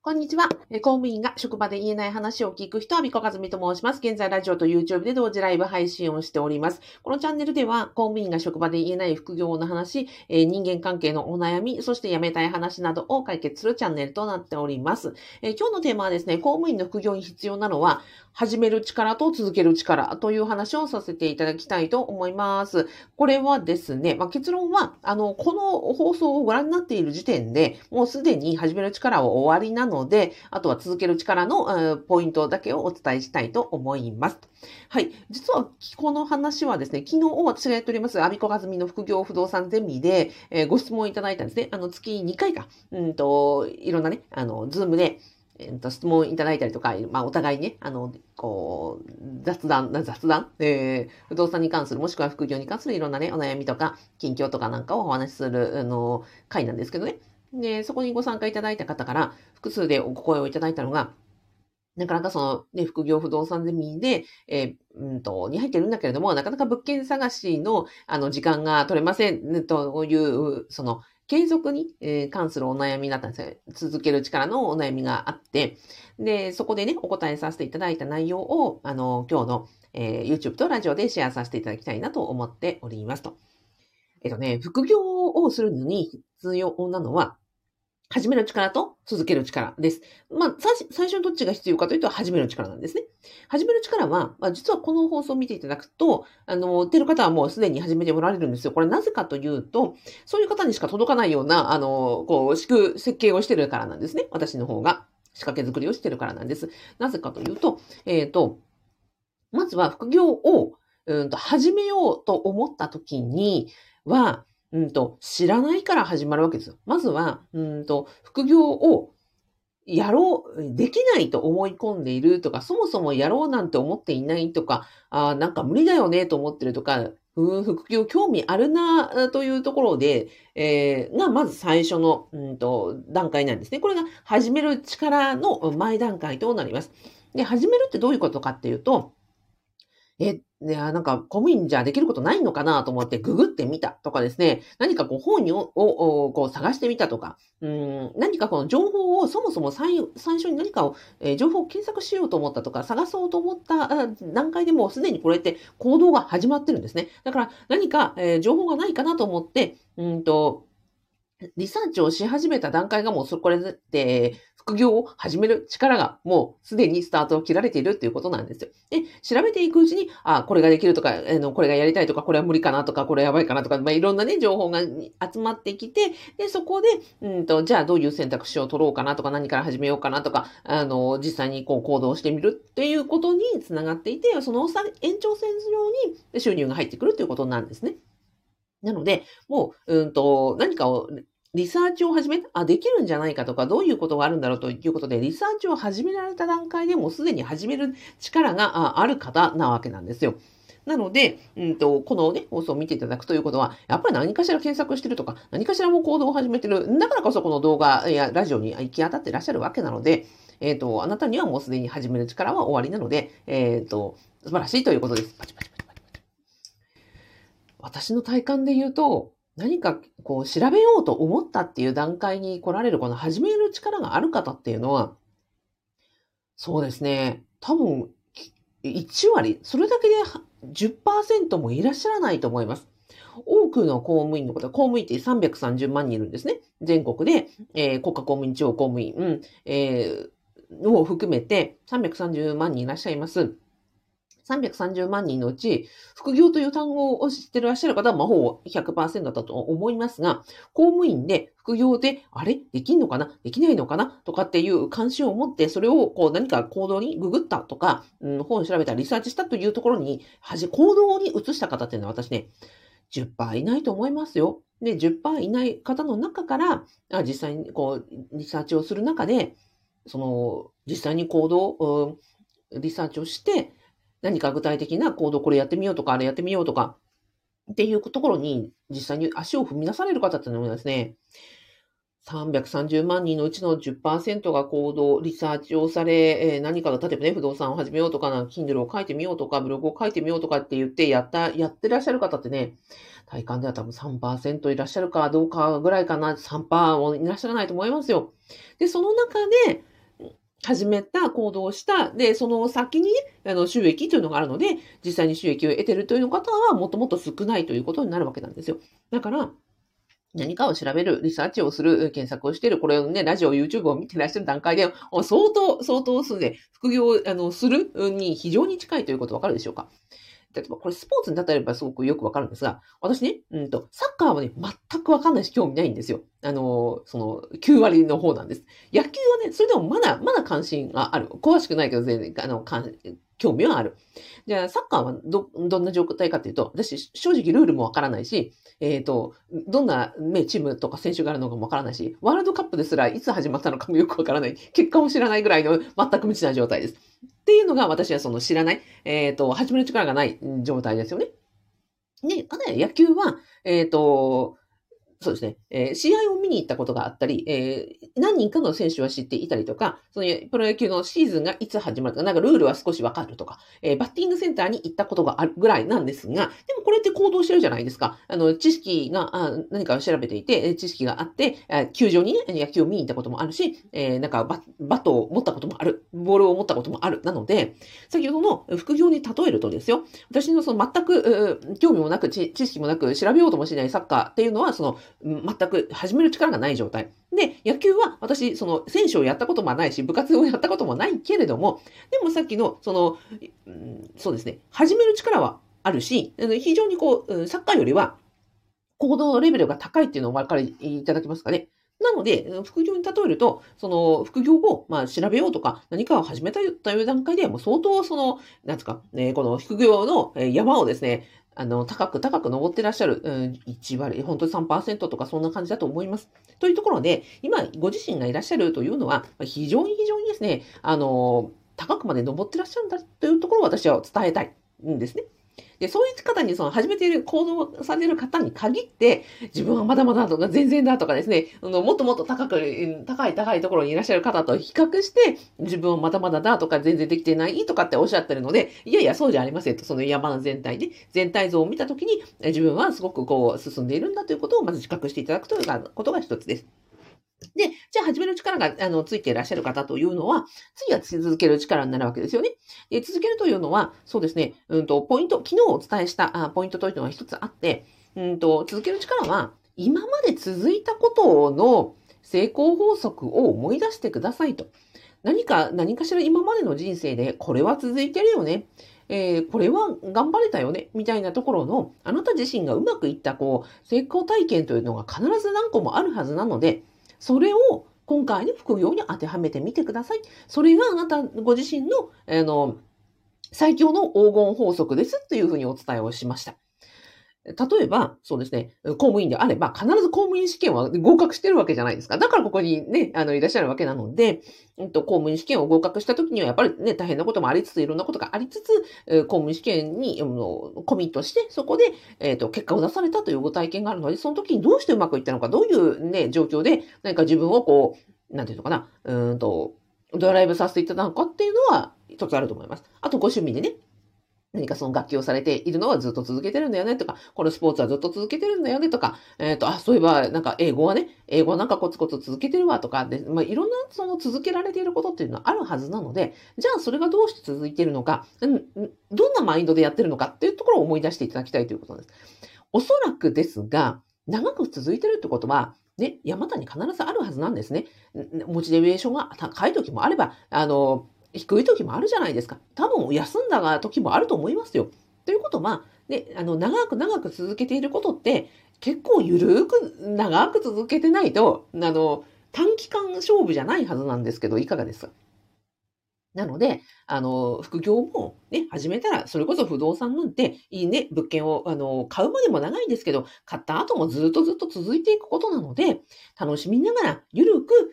こんにちは。公務員が職場で言えない話を聞く人は、みこかずみと申します。現在、ラジオと YouTube で同時ライブ配信をしております。このチャンネルでは、公務員が職場で言えない副業の話、人間関係のお悩み、そして辞めたい話などを解決するチャンネルとなっております。今日のテーマはですね、公務員の副業に必要なのは、始める力と続ける力という話をさせていただきたいと思います。これはですね、結論は、この放送をご覧になっている時点で、もうすでに始める力は終わりなので、あとは続ける力のポイントだけをお伝えしたいと思います。はい。実は、この話はですね、昨日私がやっております、アビコガズミの副業不動産ゼミで、ご質問いただいたんですね。月2回か。いろんなね、ズームで、質問いただいたりとか、お互いね、雑談、不動産に関する、もしくは副業に関するいろんなね、お悩みとか、近況とかなんかをお話しする、回なんですけどね。で、そこにご参加いただいた方から、複数でお声をいただいたのが、なかなか副業不動産ゼミで、に入ってるんだけれども、なかなか物件探しの、時間が取れません、という、継続に、関するお悩みだったんですよ。続ける力のお悩みがあって、で、そこでね、お答えさせていただいた内容を、今日の、YouTube とラジオでシェアさせていただきたいなと思っておりますと。副業をするのに必要なのは、始める力と続ける力です。最初にどっちが必要かというと、始める力なんですね。始める力は、実はこの放送を見ていただくと、てる方はもうすでに始めておられるんですよ。これなぜかというと、そういう方にしか届かないような、設計をしてるからなんですね。私の方が仕掛け作りをしてるからなんです。なぜかというと、まずは副業を、始めようと思った時には、知らないから始まるわけですよ。まずは、副業をできないと思い込んでいるとか、そもそもやろうなんて思っていないとか、なんか無理だよねと思ってるとか、副業興味あるなというところで、がまず最初の、段階なんですね。これが始める力の前段階となります。で、始めるってどういうことかっていうと、なんか公務員じゃできることないのかなと思ってググってみたとかですね、何か本を探してみたとか、何かこの情報をそもそも最初に何かを、情報を検索しようと思ったとか、探そうと思った段階でもうすでにこれって行動が始まってるんですね。だから何か、情報がないかなと思って、リサーチをし始めた段階がもうこれで、副業を始める力がもうすでにスタートを切られているっていうことなんですよ。で、調べていくうちに、これができるとか、これがやりたいとか、これは無理かなとか、これやばいかなとか、いろんなね、情報が集まってきて、で、そこで、じゃあどういう選択肢を取ろうかなとか、何から始めようかなとか、実際に行動してみるっていうことにつながっていて、その延長線上に収入が入ってくるということなんですね。なので、もう、何かをリサーチを始めできるんじゃないかとか、どういうことがあるんだろうということで、リサーチを始められた段階でもうすでに始める力がある方なわけなんですよ。なので、このね、放送を見ていただくということは、やっぱり何かしら検索してるとか、何かしらも行動を始めてる。だからこそこの動画やラジオに行き当たっていらっしゃるわけなので、あなたにはもうすでに始める力は終わりなので、素晴らしいということです。パチパチパチパチ私の体感で言うと、何か調べようと思ったっていう段階に来られるこの始める力がある方っていうのは、そうですね、多分1割、それだけで10%もいらっしゃらないと思います。多くの公務員の方、公務員って330万人いるんですね。全国で、国家公務員、地方公務員、を含めて330万人いらっしゃいます。330万人のうち、副業という単語を知ってらっしゃる方は、ほぼ100%だと思いますが、公務員で副業で、できんのかなできないのかなとかっていう関心を持って、それを何か行動にググったとか、本を調べた、リサーチしたというところに、行動に移した方っていうのは私ね、10%いないと思いますよ。で、10%いない方の中から、実際にリサーチをする中で、実際にリサーチをして、何か具体的な行動、これやってみようとか、あれやってみようとか、っていうところに実際に足を踏み出される方っていうのはですね、 330万人のうちの 10% が行動、リサーチをされ、何かの、例えばね、不動産を始めようとか、Kindle を書いてみようとか、ブログを書いてみようとかって言ってやってらっしゃる方ってね、体感では多分 3% いらっしゃるかどうかぐらいかな、3%もいらっしゃらないと思いますよ。で、その中で、始めた、行動した、で、その先にね、収益というのがあるので、実際に収益を得てるという方はもっともっと少ないということになるわけなんですよ。だから、何かを調べる、リサーチをする、検索をしている、これをね、ラジオ、YouTube を見てらっしゃる段階で、相当数で副業をするに非常に近いということわかるでしょうか？例えば、これスポーツに例えばすごくよくわかるんですが、私ね、サッカーはね、全くわかんないし興味ないんですよ。その、9割の方なんです。野球はね、それでもまだ関心がある。詳しくないけど、全然、興味はある。じゃあ、サッカーはどんな状態かというと、私、正直ルールもわからないし、どんな、ね、チームとか選手があるのかもわからないし、ワールドカップですらいつ始まったのかもよくわからない。結果も知らないぐらいの全く未知な状態です。っていうのが私はその知らない、始める力がない状態ですよね。で、かなり野球は、そうですね、試合を見に行ったことがあったり、何人かの選手は知っていたりとか、そのプロ野球のシーズンがいつ始まるか、なんかルールは少しわかるとか、バッティングセンターに行ったことがあるぐらいなんですが、でもこれって行動してるじゃないですか。知識が、何かを調べていて、知識があって、球場にね、野球を見に行ったこともあるし、なんかバットを持ったこともある、ボールを持ったこともある。なので、先ほどの副業に例えるとですよ、私のその全く興味もなく、知識もなく、調べようともしないサッカーっていうのは、その、全く始める力がない状態。で、野球は私、その、選手をやったこともないし、部活をやったこともないけれども、でもさっきの、その、そうですね、始める力はあるし、非常にこう、サッカーよりは、行動レベルが高いっていうのをお分かりいただけますかね。なので、副業に例えると、その副業を調べようとか、何かを始めたという段階で、もう相当その、なんですか、この副業の山をですね、高く登ってらっしゃる、1割、本当に3%とかそんな感じだと思います。というところで、今、ご自身がいらっしゃるというのは、非常にですね、高くまで登ってらっしゃるんだというところを私は伝えたいんですね。で、そういう方に、その始めている、行動される方に限って、自分はまだまだとか、全然だとかですね、もっともっと高いところにいらっしゃる方と比較して、自分はまだまだだとか、全然できてないとかっておっしゃってるので、いやいや、そうじゃありませんと、その山の全体で、全体像を見たときに、自分はすごくこう、進んでいるんだということを、まず自覚していただくということが一つです。で、じゃあ始める力が、ついていらっしゃる方というのは、次は続ける力になるわけですよね。で、続けるというのは、そうですね、ポイント、昨日お伝えしたポイントというのが一つあって、続ける力は、今まで続いたことの成功法則を思い出してくださいと。何かしら今までの人生で、これは続いてるよね。これは頑張れたよね。みたいなところの、あなた自身がうまくいった、こう、成功体験というのが必ず何個もあるはずなので、それを今回の副業に当てはめてみてください。それがあなたご自身の、最強の黄金法則ですというふうにお伝えをしました。例えば、そうですね、公務員であれば、必ず公務員試験は合格してるわけじゃないですか。だからここにね、いらっしゃるわけなので、公務員試験を合格した時には、やっぱりね、大変なこともありつつ、いろんなことがありつつ、公務員試験にコミットして、そこで、結果を出されたというご体験があるので、その時にどうしてうまくいったのか、どういうね、状況で、何か自分をこう、なんていうのかな、ドライブさせていただくかっていうのは、一つあると思います。あと、ご趣味でね、何かその楽器をされているのはずっと続けてるんだよねとか、このスポーツはずっと続けてるんだよねとか、そういえば、なんか英語はなんかコツコツ続けてるわとかで、いろんなその続けられていることっていうのはあるはずなので、じゃあそれがどうして続いているのか、どんなマインドでやってるのかっていうところを思い出していただきたいということです。おそらくですが、長く続いてるってことは、ね、山田に必ずあるはずなんですね。モチベーションが高い時もあれば、低い時もあるじゃないですか。多分休んだ時もあると思いますよ。ということは、ね、長く続けていることって、結構ゆるく長く続けてないと、短期間勝負じゃないはずなんですけど、いかがですか？なので、副業もね、始めたら、それこそ不動産なんて、いいね、物件を、買うまでも長いんですけど、買った後もずっと続いていくことなので、楽しみながら、ゆるく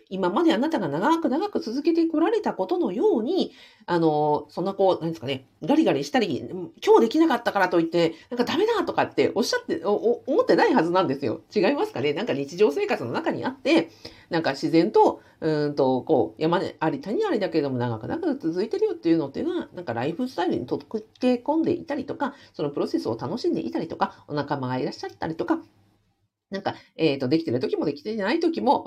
今まであなたが長く長く続けてこられたことのように、そんななんですかね、ガリガリしたり、今日できなかったからといって、なんかダメだとかっておっしゃって、思ってないはずなんですよ。違いますかね。なんか日常生活の中にあって、なんか自然と、山であり谷ありだけれども長く長く続いてるよっていうのは、なんかライフスタイルに溶け込んでいたりとか、そのプロセスを楽しんでいたりとか、お仲間がいらっしゃったりとか、なんか、できてる時もできてない時も、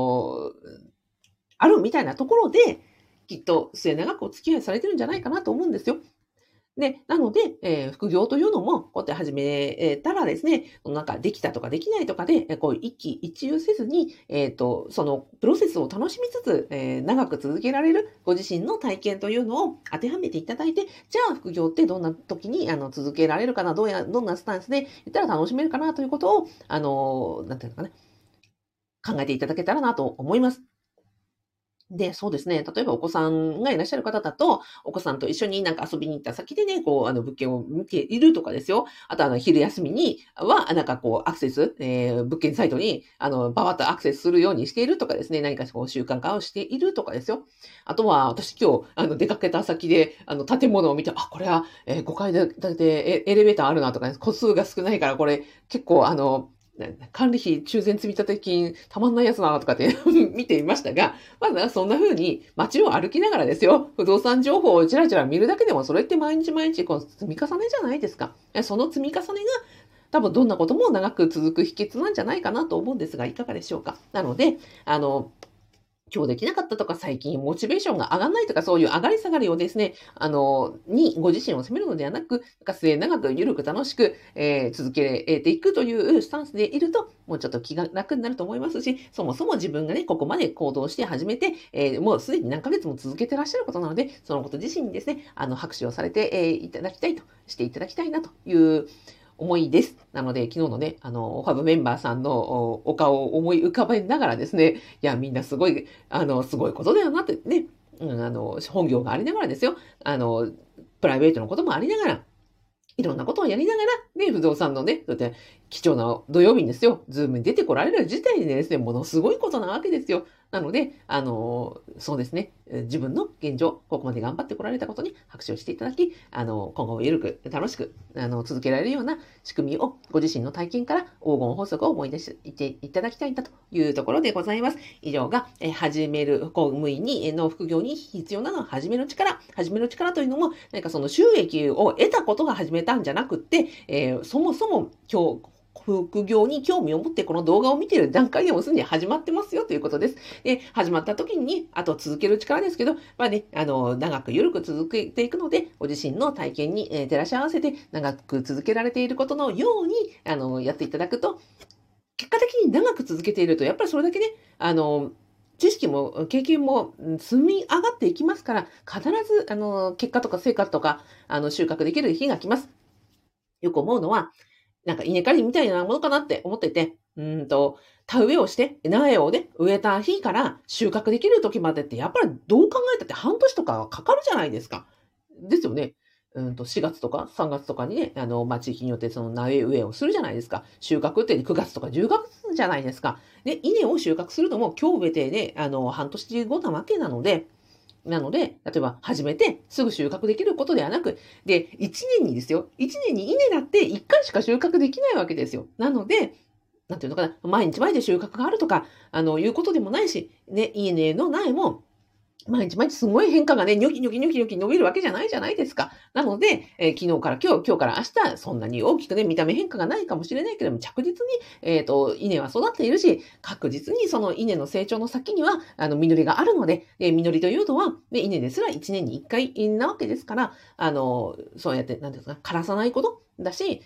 あるみたいなところで、きっと末永くお付き合いされてるんじゃないかなと思うんですよ。で、なので、副業というのも、こうやって始めたらですね、なんかできたとかできないとかで、一喜一憂せずに、そのプロセスを楽しみつつ、長く続けられるご自身の体験というのを当てはめていただいて、じゃあ副業ってどんな時に続けられるかな、どんなスタンスで言ったら楽しめるかなということを、なんていうのかな、考えていただけたらなと思います。で、そうですね。例えばお子さんがいらっしゃる方だと、お子さんと一緒になんか遊びに行った先でね、物件を見ているとかですよ。あと昼休みには、なんかアクセス、物件サイトに、ババッとアクセスするようにしているとかですね。何か習慣化をしているとかですよ。あとは、私今日、出かけた先で、建物を見て、あ、これは、5階建てでエレベーターあるなとかね、個数が少ないから、これ結構、管理費、修繕積立金、たまんないやつだなとかって見ていましたが、まあ、そんな風に街を歩きながらですよ、不動産情報をちらちら見るだけでも、それって毎日毎日積み重ねじゃないですか。その積み重ねが、多分どんなことも長く続く秘訣なんじゃないかなと思うんですが、いかがでしょうか。なので、今日できなかったとか、最近モチベーションが上がらないとか、そういう上がり下がりをですね、ご自身を責めるのではなく、末永く緩く楽しく、続けていくというスタンスでいると、もうちょっと気が楽になると思いますし、そもそも自分がね、ここまで行動して始めて、もうすでに何ヶ月も続けてらっしゃることなので、そのこと自身にですね、拍手をされて、いただきたいと、していただきたいなという思いです。なので、昨日のね、ファブメンバーさんのお顔を思い浮かべながらですね、いや、みんなすごい、すごいことだよなってね、本業がありながらですよ、プライベートのこともありながら、いろんなことをやりながら、ね、不動産のね、だって貴重な土曜日にですよ、ズームに出てこられる時点でですね、ものすごいことなわけですよ。なので、そうですね、自分の現状、ここまで頑張ってこられたことに拍手をしていただき、今後も緩く、楽しく、続けられるような仕組みを、ご自身の体験から黄金法則を思い出していただきたいんだというところでございます。以上が、始める公務員の副業に必要なのは始める力。始める力というのも、何かその収益を得たことが始めたんじゃなくって、そもそも副業に興味を持ってこの動画を見ている段階でもすでに始まってますよということです。で、始まった時に、あと続ける力ですけど、まあね、長く緩く続けていくので、ご自身の体験に照らし合わせて長く続けられていることのように、やっていただくと、結果的に長く続けていると、やっぱりそれだけね、知識も経験も積み上がっていきますから、必ず、結果とか成果とか、収穫できる日が来ます。よく思うのは、なんか稲刈りみたいなものかなって思ってて、田植えをして、苗をね、植えた日から収穫できる時までって、やっぱりどう考えたって半年とかかかるじゃないですか。ですよね。4月とか3月とかにね、地域によってその苗植えをするじゃないですか。収穫って9月とか10月じゃないですか。で、稲を収穫するのも今日植えてね、半年後なわけなので、例えば始めてすぐ収穫できることではなく、で、1年にですよ。1年に稲だって1回しか収穫できないわけですよ。なので、なんていうのかな、毎日毎日収穫があるとか、いうことでもないし、ね、稲の苗も、毎日毎日すごい変化がね、ニョキニョキニョキニョキ伸びるわけじゃないじゃないですか。なので、昨日から今日から明日、そんなに大きくね、見た目変化がないかもしれないけども、着実に、稲は育っているし、確実にその稲の成長の先には、実りがあるので、実りというのは、ね、稲ですら1年に1回なわけですから、そうやって、なんていうんですか、枯らさないことだし、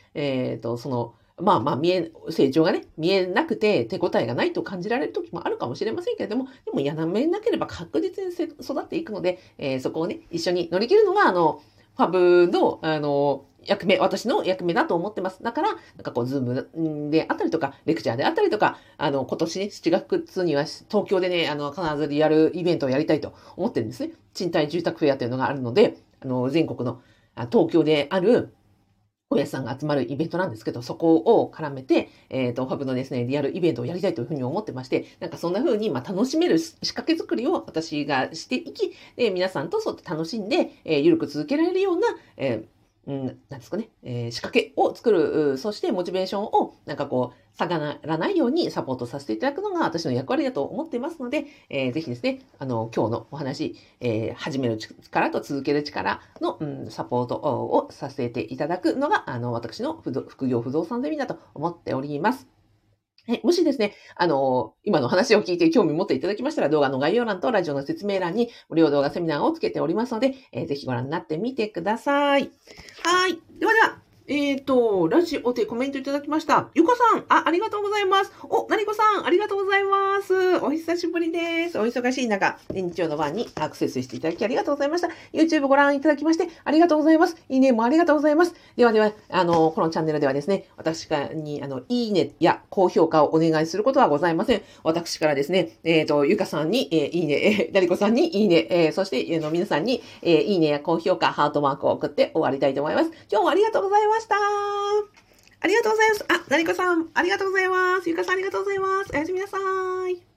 成長がね、見えなくて手応えがないと感じられる時もあるかもしれませんけれども、でもやめなければ確実に育っていくので、そこをね、一緒に乗り切るのが、ファブの、私の役目だと思ってます。だから、なんかズームであったりとか、レクチャーであったりとか、今年ね、7月には東京でね、必ずリアルイベントをやりたいと思ってるんですね。賃貸住宅フェアというのがあるので、全国の、東京である、 本屋さんが集まるイベントなんですけど、そこを絡めて、ファブのですね、リアルイベントをやりたいというふうに思ってまして、なんかそんな風に、楽しめる仕掛け作りを私がしていき、皆さんとそうやって楽しんで、ゆるく続けられるような、なんですかね、仕掛けを作る、そしてモチベーションを、下がらないようにサポートさせていただくのが私の役割だと思っていますので、ぜひですね、今日のお話、始める力と続ける力の、サポートをさせていただくのが、私の副業不動産ゼミだと思っております。もしですね、今の話を聞いて興味持っていただきましたら、動画の概要欄とラジオの説明欄に無料動画セミナーをつけておりますので、ぜひご覧になってみてください。はい。ではでは、ラジオでコメントいただきました。ゆかさん、ありがとうございます。なりこさん、ありがとうございます。お久しぶりです。お忙しい中、日曜の晩にアクセスしていただきありがとうございました。YouTube ご覧いただきまして、ありがとうございます。いいねもありがとうございます。ではでは、このチャンネルではですね、私に、いいねや高評価をお願いすることはございません。私からですね、ゆかさんに、いいね、なりこさんにいいね、そして、皆さんに、いいねや高評価、ハートマークを送って終わりたいと思います。今日もありがとうございました。ありがとうございます。なりこさん、ありがとうございます。ゆかさん、ありがとうございます。おやすみなさい。